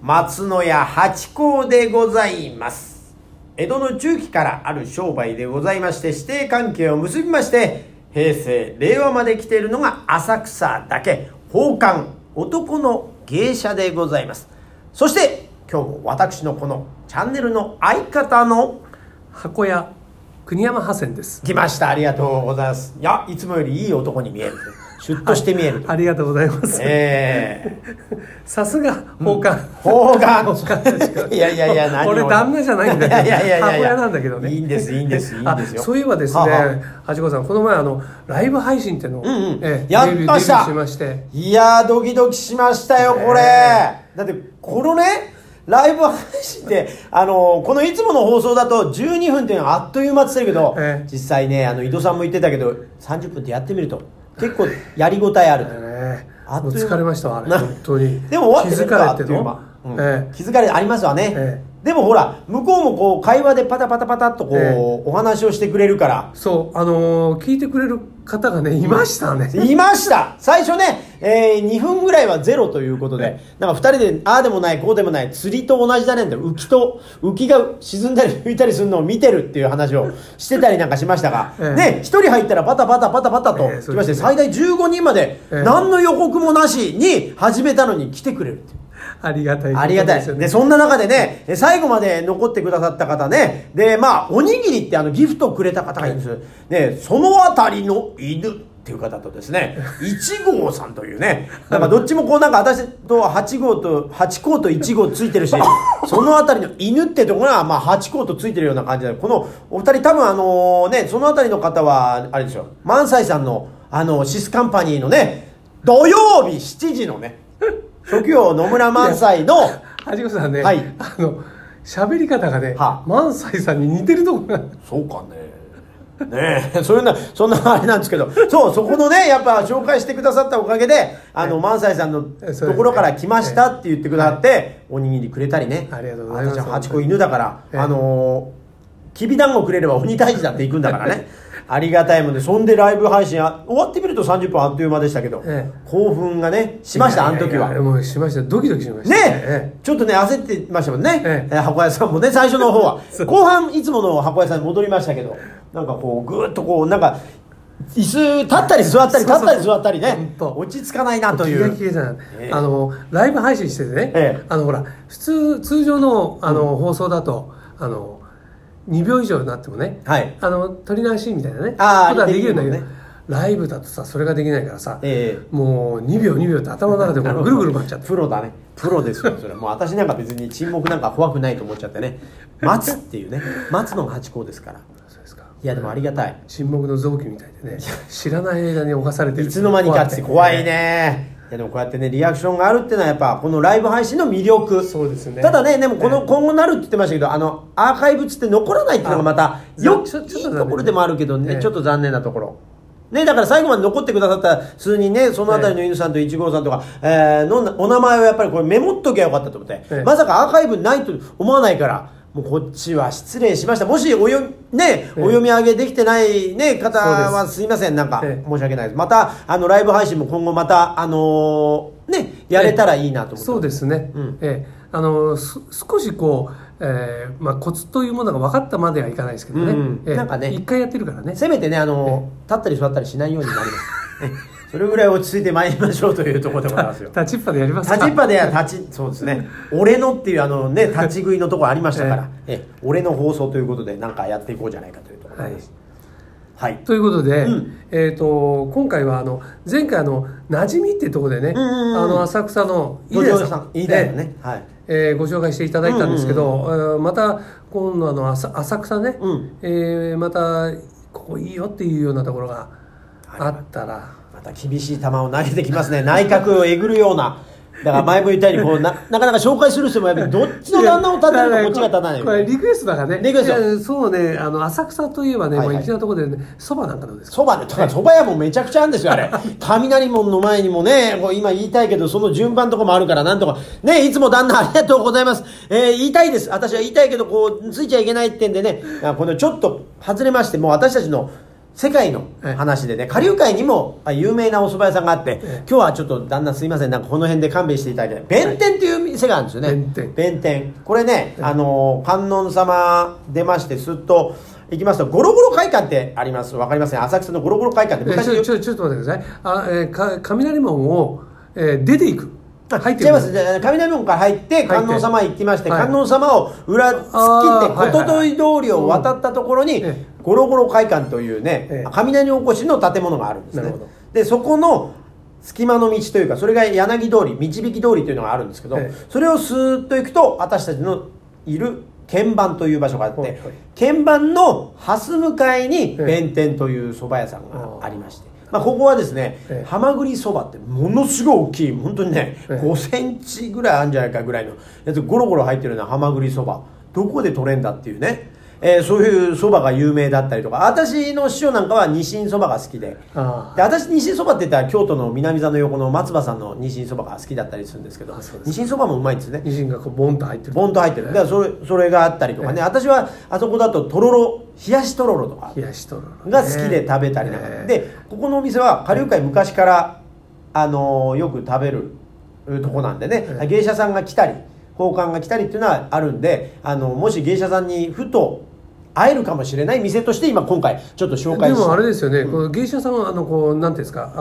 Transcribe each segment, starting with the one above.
松野屋八甲でございます。江戸の中期からある商売でございまして、師弟関係を結びまして、平成、令和まで来ているのが浅草だけ、宝冠、男の芸者でございます。そして、今日も私のこのチャンネルの相方の箱屋国山ハセンです。 来ました。ありがとうございます。いや、いつもよりいい男に見える。シュッとして見える。 ありがとうございます。さすが宝冠。 宝冠。いやいやいや、何俺旦那じゃないんだけど、箱屋なんだけどね。 いいんです、いいんです、いいんですよ。 そういえばですね、はちこさん、この前ライブ配信っていうのをやっました。 デビューしまして。 いやー、ドキドキしましたよ、これ。だって、このね、ライブ配信って、このいつもの放送だと12分っていうのはあっという間って言ってるけど、実際ね、井戸さんも言ってたけど、30分ってやってみると、結構やりごたえある。 もう疲れましたわ、あれ。本当に。 でも終わってるかっていうの気づかれありますわね。でもほら、向こうもこう、会話でパタパタパタっとこう、お話をしてくれるから。 そう、聞いてくれる方がね、いましたね。 いました最初ね、2分ぐらいはゼロということで、なんか2人で、ああでもない、こうでもない、釣りと同じだねんで、浮きが沈んだり浮いたりするのを見てるっていう話をしてたりなんかしましたが、ね、1人入ったらパタパタパタパタと来まして、最大15人まで、何の予告もなしに始めたのに来てくれるっていう。 ありがたい。 ありがたい。で、そんな中でね、最後まで残ってくださった方ね、で、まあ、おにぎりってギフトをくれた方がいるんです。で、そのあたりの犬っていう方とですね、1号さんというね、なんかどっちもこうなんか私と8号と1号ついてるし、そのあたりの犬ってところがまあ8号とついてるような感じで、このお二人多分ね、そのあたりの方は、あれですよ、萬斎さんのシスカンパニーのね、土曜日7時のね、職業野村萬斎のはじこさんね、はい、喋り方がね、萬斎さんに似てるところがそうかねそんなあれなんですけど、そこのね、やっぱ紹介してくださったおかげで、萬斎さんのところから来ましたって言ってくださって、おにぎりくれたりね。 ありがとうございます。 私は8個犬だから、きびだんごくれれば鬼退治だって行くんだからね。ありがたいもんで、そんでライブ配信終わってみると30分あっという間でしたけど、興奮がね、しました、あの時は。 もうしました。ドキドキしました。 ね、ちょっとね、焦ってましたもんね。箱屋さんもね、最初の方は。後半、いつもの箱屋さんに戻りましたけど、なんかこう、ぐーっとこう、なんか、椅子、立ったり座ったり、立ったり座ったりね、落ち着かないなという。 気が気がじゃない。ライブ配信しててね、ほら、通常の、放送だと、2秒以上になってもね、撮り直しみたいなね、ことはできるんだけど、ライブだとさ、それができないからさ、もう2秒って頭の中でぐるぐる回っちゃって。 プロだね。プロですよ、それ。もう私なんか別に沈黙なんか怖くないと思っちゃってね。待つっていうね。待つのが8校ですから。そうですか。いや、でもありがたい。 沈黙の臓器みたいでね、知らない間に侵されてる。 いつの間にかって怖いね。いやでもこうやってね、リアクションがあるっていうのはやっぱこのライブ配信の魅力。 そうですね。 ただね、でも今後なるって言ってましたけど、アーカイブつって残らないっていうのがまたいいところでもあるけどね、ちょっと残念なところ。ね、だから最後まで残ってくださった数人ね、そのあたりの犬さんと1号さんとか、のお名前をやっぱりこれメモっときゃよかったと思って、まさかアーカイブないと思わないから、もうこっちは失礼しました。もしお読み上げできてないね、方はすいません。なんか、申し訳ないです。また、ライブ配信も今後また、やれたらいいなと思って。 そうですね。少しこう、コツというものが分かったまではいかないですけどね。なんかね。一回やってるからね。 せめてね、立ったり座ったりしないようになります。それぐらい落ち着いてまいりましょうというところでございますよ。 立ちっぱでやりますか。 立ちっぱでそうですね。俺のっていうね、立ち食いのところありましたから、俺の放送ということでなんかやっていこうじゃないかというところです。 はい。ということで、今回は前回馴染みっていうところでね、浅草の飯田さん、 ね、 ご紹介していただいたんですけど、また今度浅草ね、またここいいよっていうようなところがあったら。 また厳しい球を投げてきますね。内角をえぐるような。だから前も言ったようにこうなかなか紹介する人もやっぱりどっちの旦那を立てるかこっちが立たないこれリクエストだからね。 リクエスト。 そうね、浅草といえばね、粋なところでね、蕎麦なんかどうですか。 蕎麦ね、蕎麦屋もめちゃくちゃあるんですよ、あれ。雷門の前にもね、今言いたいけど、その順番とかもあるから、なんとか。ね、いつも旦那ありがとうございます。言いたいです。私は言いたいけど、こう、ついちゃいけないってんでね、このちょっと外れまして、もう私たちの世界の話でね、下流界にも有名なお蕎麦屋さんがあって、今日はちょっと旦那すいません、なんかこの辺で勘弁していただいて、弁天っていう店があるんですよね。弁天。これね、観音様出まして、すっと行きますと、ゴロゴロ会館ってあります。わかりますね。浅草のゴロゴロ会館って昔ちょっと待ってください。雷門を、出ていく。 入ってます。雷門から入って観音様行きまして、観音様を裏突っ切ってことどい通りを渡ったところにゴロゴロ会館というね、雷おこしの建物があるんですね。でそこの隙間の道というか、それが柳通り、導き通りというのがあるんですけど、それをスーッと行くと私たちのいる鍵盤という場所があって、鍵盤の蓮向かいに弁天という蕎麦屋さんがありまして、ここはですね、はまぐりそばってものすごい大きい、本当にね、5センチぐらいあるんじゃないかぐらいのやつゴロゴロ入ってるようなはまぐりそば、どこで取れんだっていうね、そういうそばが有名だったりとか、私の師匠なんかはニシンそばが好きで、私ニシンそばって言ったら京都の南座の横の松葉さんのニシンそばが好きだったりするんですけど、ニシンそばもうまいんですね。 ニシンがこうボンと入ってる。 ボンと入ってる。だからそれがあったりとかね、私はあそこだととろろ、冷やしとろろとかが好きで食べたりなんかで、ここのお店は下流会昔からよく食べるとこなんでね、芸者さんが来たり宝冠が来たりっていうのはあるんで、もし芸者さんにふと会えるかもしれない店として今回ちょっと紹介して。 でもあれですよね、この芸者さんはこうなんていうんですか、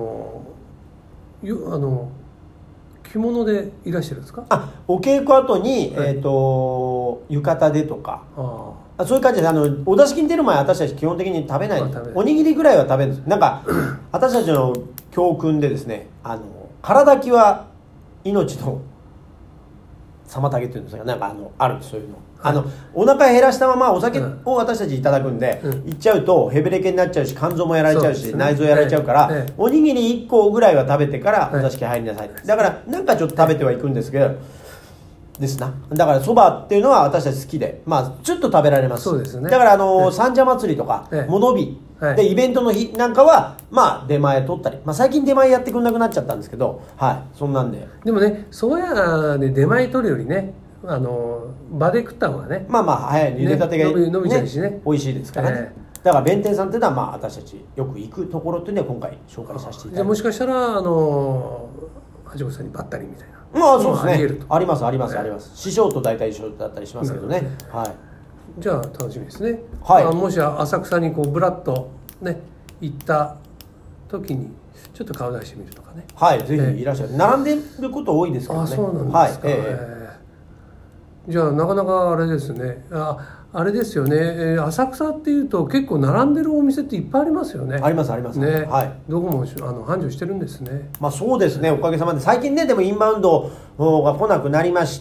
着物でいらっしゃるんですか？ お稽古後に、浴衣でとか、そういう感じでお座敷に出る前私たち基本的に食べない、おにぎりぐらいは食べるんです。なんか私たちの教訓でですね、空炊きは命の妨げっていうんですか、なんかあるんです、そういうの。お腹減らしたままお酒を私たちいただくんで、いっちゃうとヘベレケになっちゃうし、肝臓もやられちゃうし、内臓やられちゃうから、おにぎり1個ぐらいは食べてからお座敷入りなさい。だからなんかちょっと食べてはいくんですけどですな。だからそばっていうのは私たち好きで、ちょっと食べられます。 そうですね。 だから三社祭りとか物日でイベントの日なんかは出前取ったり、最近出前やってくんなくなっちゃったんですけど、そんなんで。 でもね、蕎麦屋で出前取るよりね、場で食った方がね、 早い、茹でたてが伸びちゃうしね、 美味しいですからね。だから弁天さんっていうのは私たちよく行くところっていうのは今回紹介させていただいて、 じゃあもしかしたら橋本さんにばったりみたいな、 そうですね、ありますありますあります。師匠と大体一緒だったりしますけどね。 じゃあ楽しみですね。もし浅草にこうブラッとね行った時にちょっと顔出してみるとかね。 ぜひいらっしゃる。並んでること多いですからね。 そうなんですか。じゃあなかなかあれですね。あれですよね。浅草っていうと結構並んでるお店っていっぱいありますよね。 ありますありますね。どこも繁盛してるんですね。 そうですね。おかげさまで最近ね、でもインバウンドが来なくなりまして、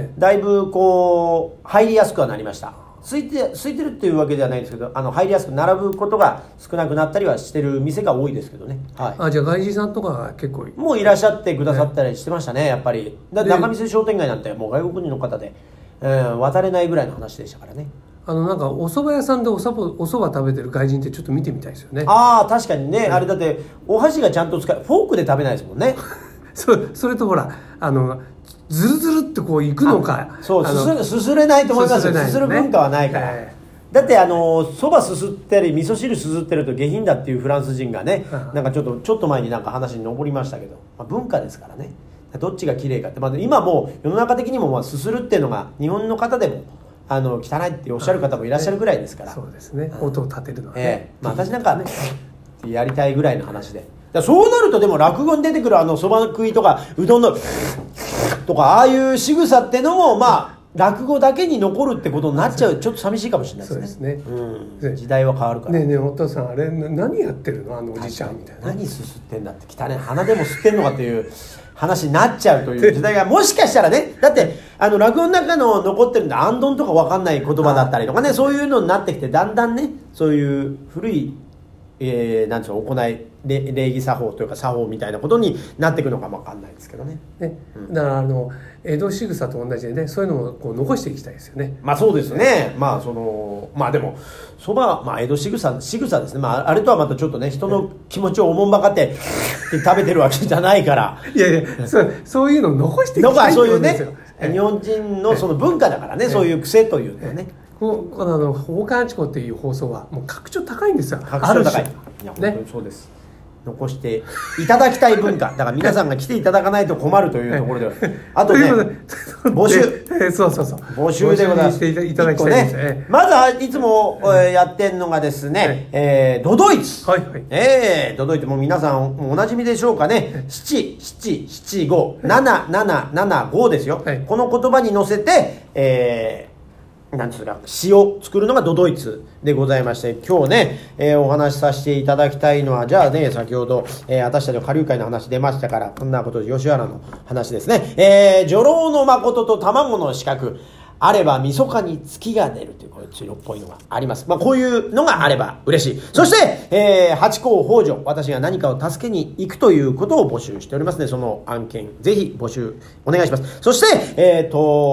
だいぶこう入りやすくはなりました。空いてるっていうわけではないんですけど、入りやすく並ぶことが少なくなったりはしてる店が多いですけどね。 じゃあ外人さんとかが結構もういらっしゃってくださったりしてましたね、やっぱり。だって仲見世商店街なんてもう外国人の方で、渡れないぐらいの話でしたからね。 なんかお蕎麦屋さんでお蕎麦食べてる外人ってちょっと見てみたいですよね。 確かにね、あれだってお箸がちゃんとフォークで食べないですもんね。 それとほらずるずるってこういくのか、 すすれないと思いますよ。すする文化はないから。だってそばすすったり味噌汁すすってると下品だっていうフランス人がね、なんかちょっと前になんか話に上りましたけど、文化ですからね。どっちが綺麗かって、今もう世の中的にもすするっていうのが日本の方でも汚いっておっしゃる方もいらっしゃるぐらいですから。 そうですね。音を立てるのはね。 私なんかやりたいぐらいの話で。そうなるとでも落語に出てくるそば食いとかうどんのとかああいう仕草ってのも落語だけに残るってことになっちゃう。ちょっと寂しいかもしれないですね。時代は変わるから。 ねえお父さんあれ何やってるのおじちゃんみたいな。 何すすってんだって、汚ね鼻でも吸ってんのかっていう話になっちゃうという時代がもしかしたらね。だって落語の中の残ってるんであんどんとか分かんない言葉だったりとかね、そういうのになってきてだんだんね、そういう古いなんていうの行い礼儀作法というか作法みたいなことになっていくのかも分かんないですけどね。 だから江戸仕草と同じでね、そういうのをこう残していきたいですよね。 そうですね。でもそばは江戸仕草ですね。あれとはまたちょっとね、人の気持ちをおもんばかって食べてるわけじゃないから。 いやそういうのを残していきたいってことですよ。 日本人のその文化だからね、そういう癖というのはね。 この宝冠八甲っていう放送はもう格調高いんですよ。 格調高い。いや、本当にそうです。残していただきたい文化だから皆さんが来ていただかないと困るというところではあとね募集そう募集でございます。 いただきたいですね。 まずはいつもやってんのがですね、都々逸。都々逸も皆さんおなじみでしょうかね。77757775ですよ。この言葉に乗せてなんつうか詩を作るのが都々逸でございまして、今日ね、お話しさせていただきたいのは、じゃあね、先ほど、私たちの下流会の話出ましたから、こんなことで吉原の話ですね。女郎の誠と卵の四角あれば晦日に月が出るという、こういう強っぽいのがあります。まあこういうのがあれば嬉しい。そして、八甲北条、私が何かを助けに行くということを募集しておりますので、その案件ぜひ募集お願いします。そして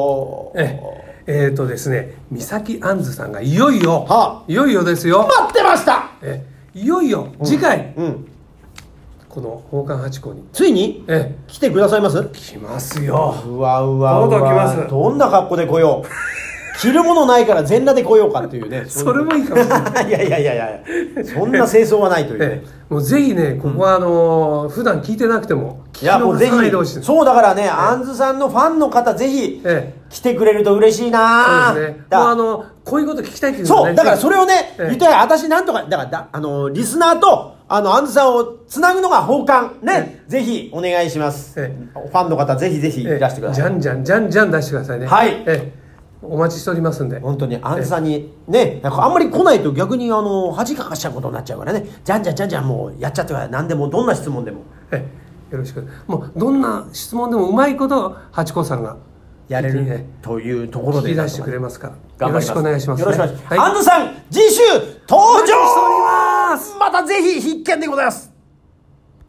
ですね、三崎杏樹さんがいよいよですよ。 待ってました。 いよいよ次回、この宝冠八甲についに来てくださいます。 来ますよ。 うわうわうわ、来ます。どんな格好で来よう。着るものないから全裸で来ようかっていうね。 それもいいかもしれない。 いやそんな清掃はないというね。 もうぜひね、ここは普段聞いてなくても聞き逃さないでほしい。 そうだからね、あんずさんのファンの方ぜひ来てくれると嬉しいな。 そうですね。もうこういうこと聞きたいっていうのね。そうだからそれをね言ったら、私なんとかだからリスナーとあんずさんをつなぐのが宝冠ね。ぜひお願いします。ファンの方ぜひぜひいらしてください。 じゃん出してくださいね。 はい。 お待ちしておりますんで。 本当にあんずさんにね、あんまり来ないと逆に恥かかしちゃうことになっちゃうからね。じゃんもうやっちゃってから、何でもどんな質問でもよろしく。もうどんな質問でもうまいこと八甲さんがやれるというところで聞き出してくれますからよろしくお願いします。 よろしくお願いします。あんずさん次週登場しております。またぜひ必見でございます。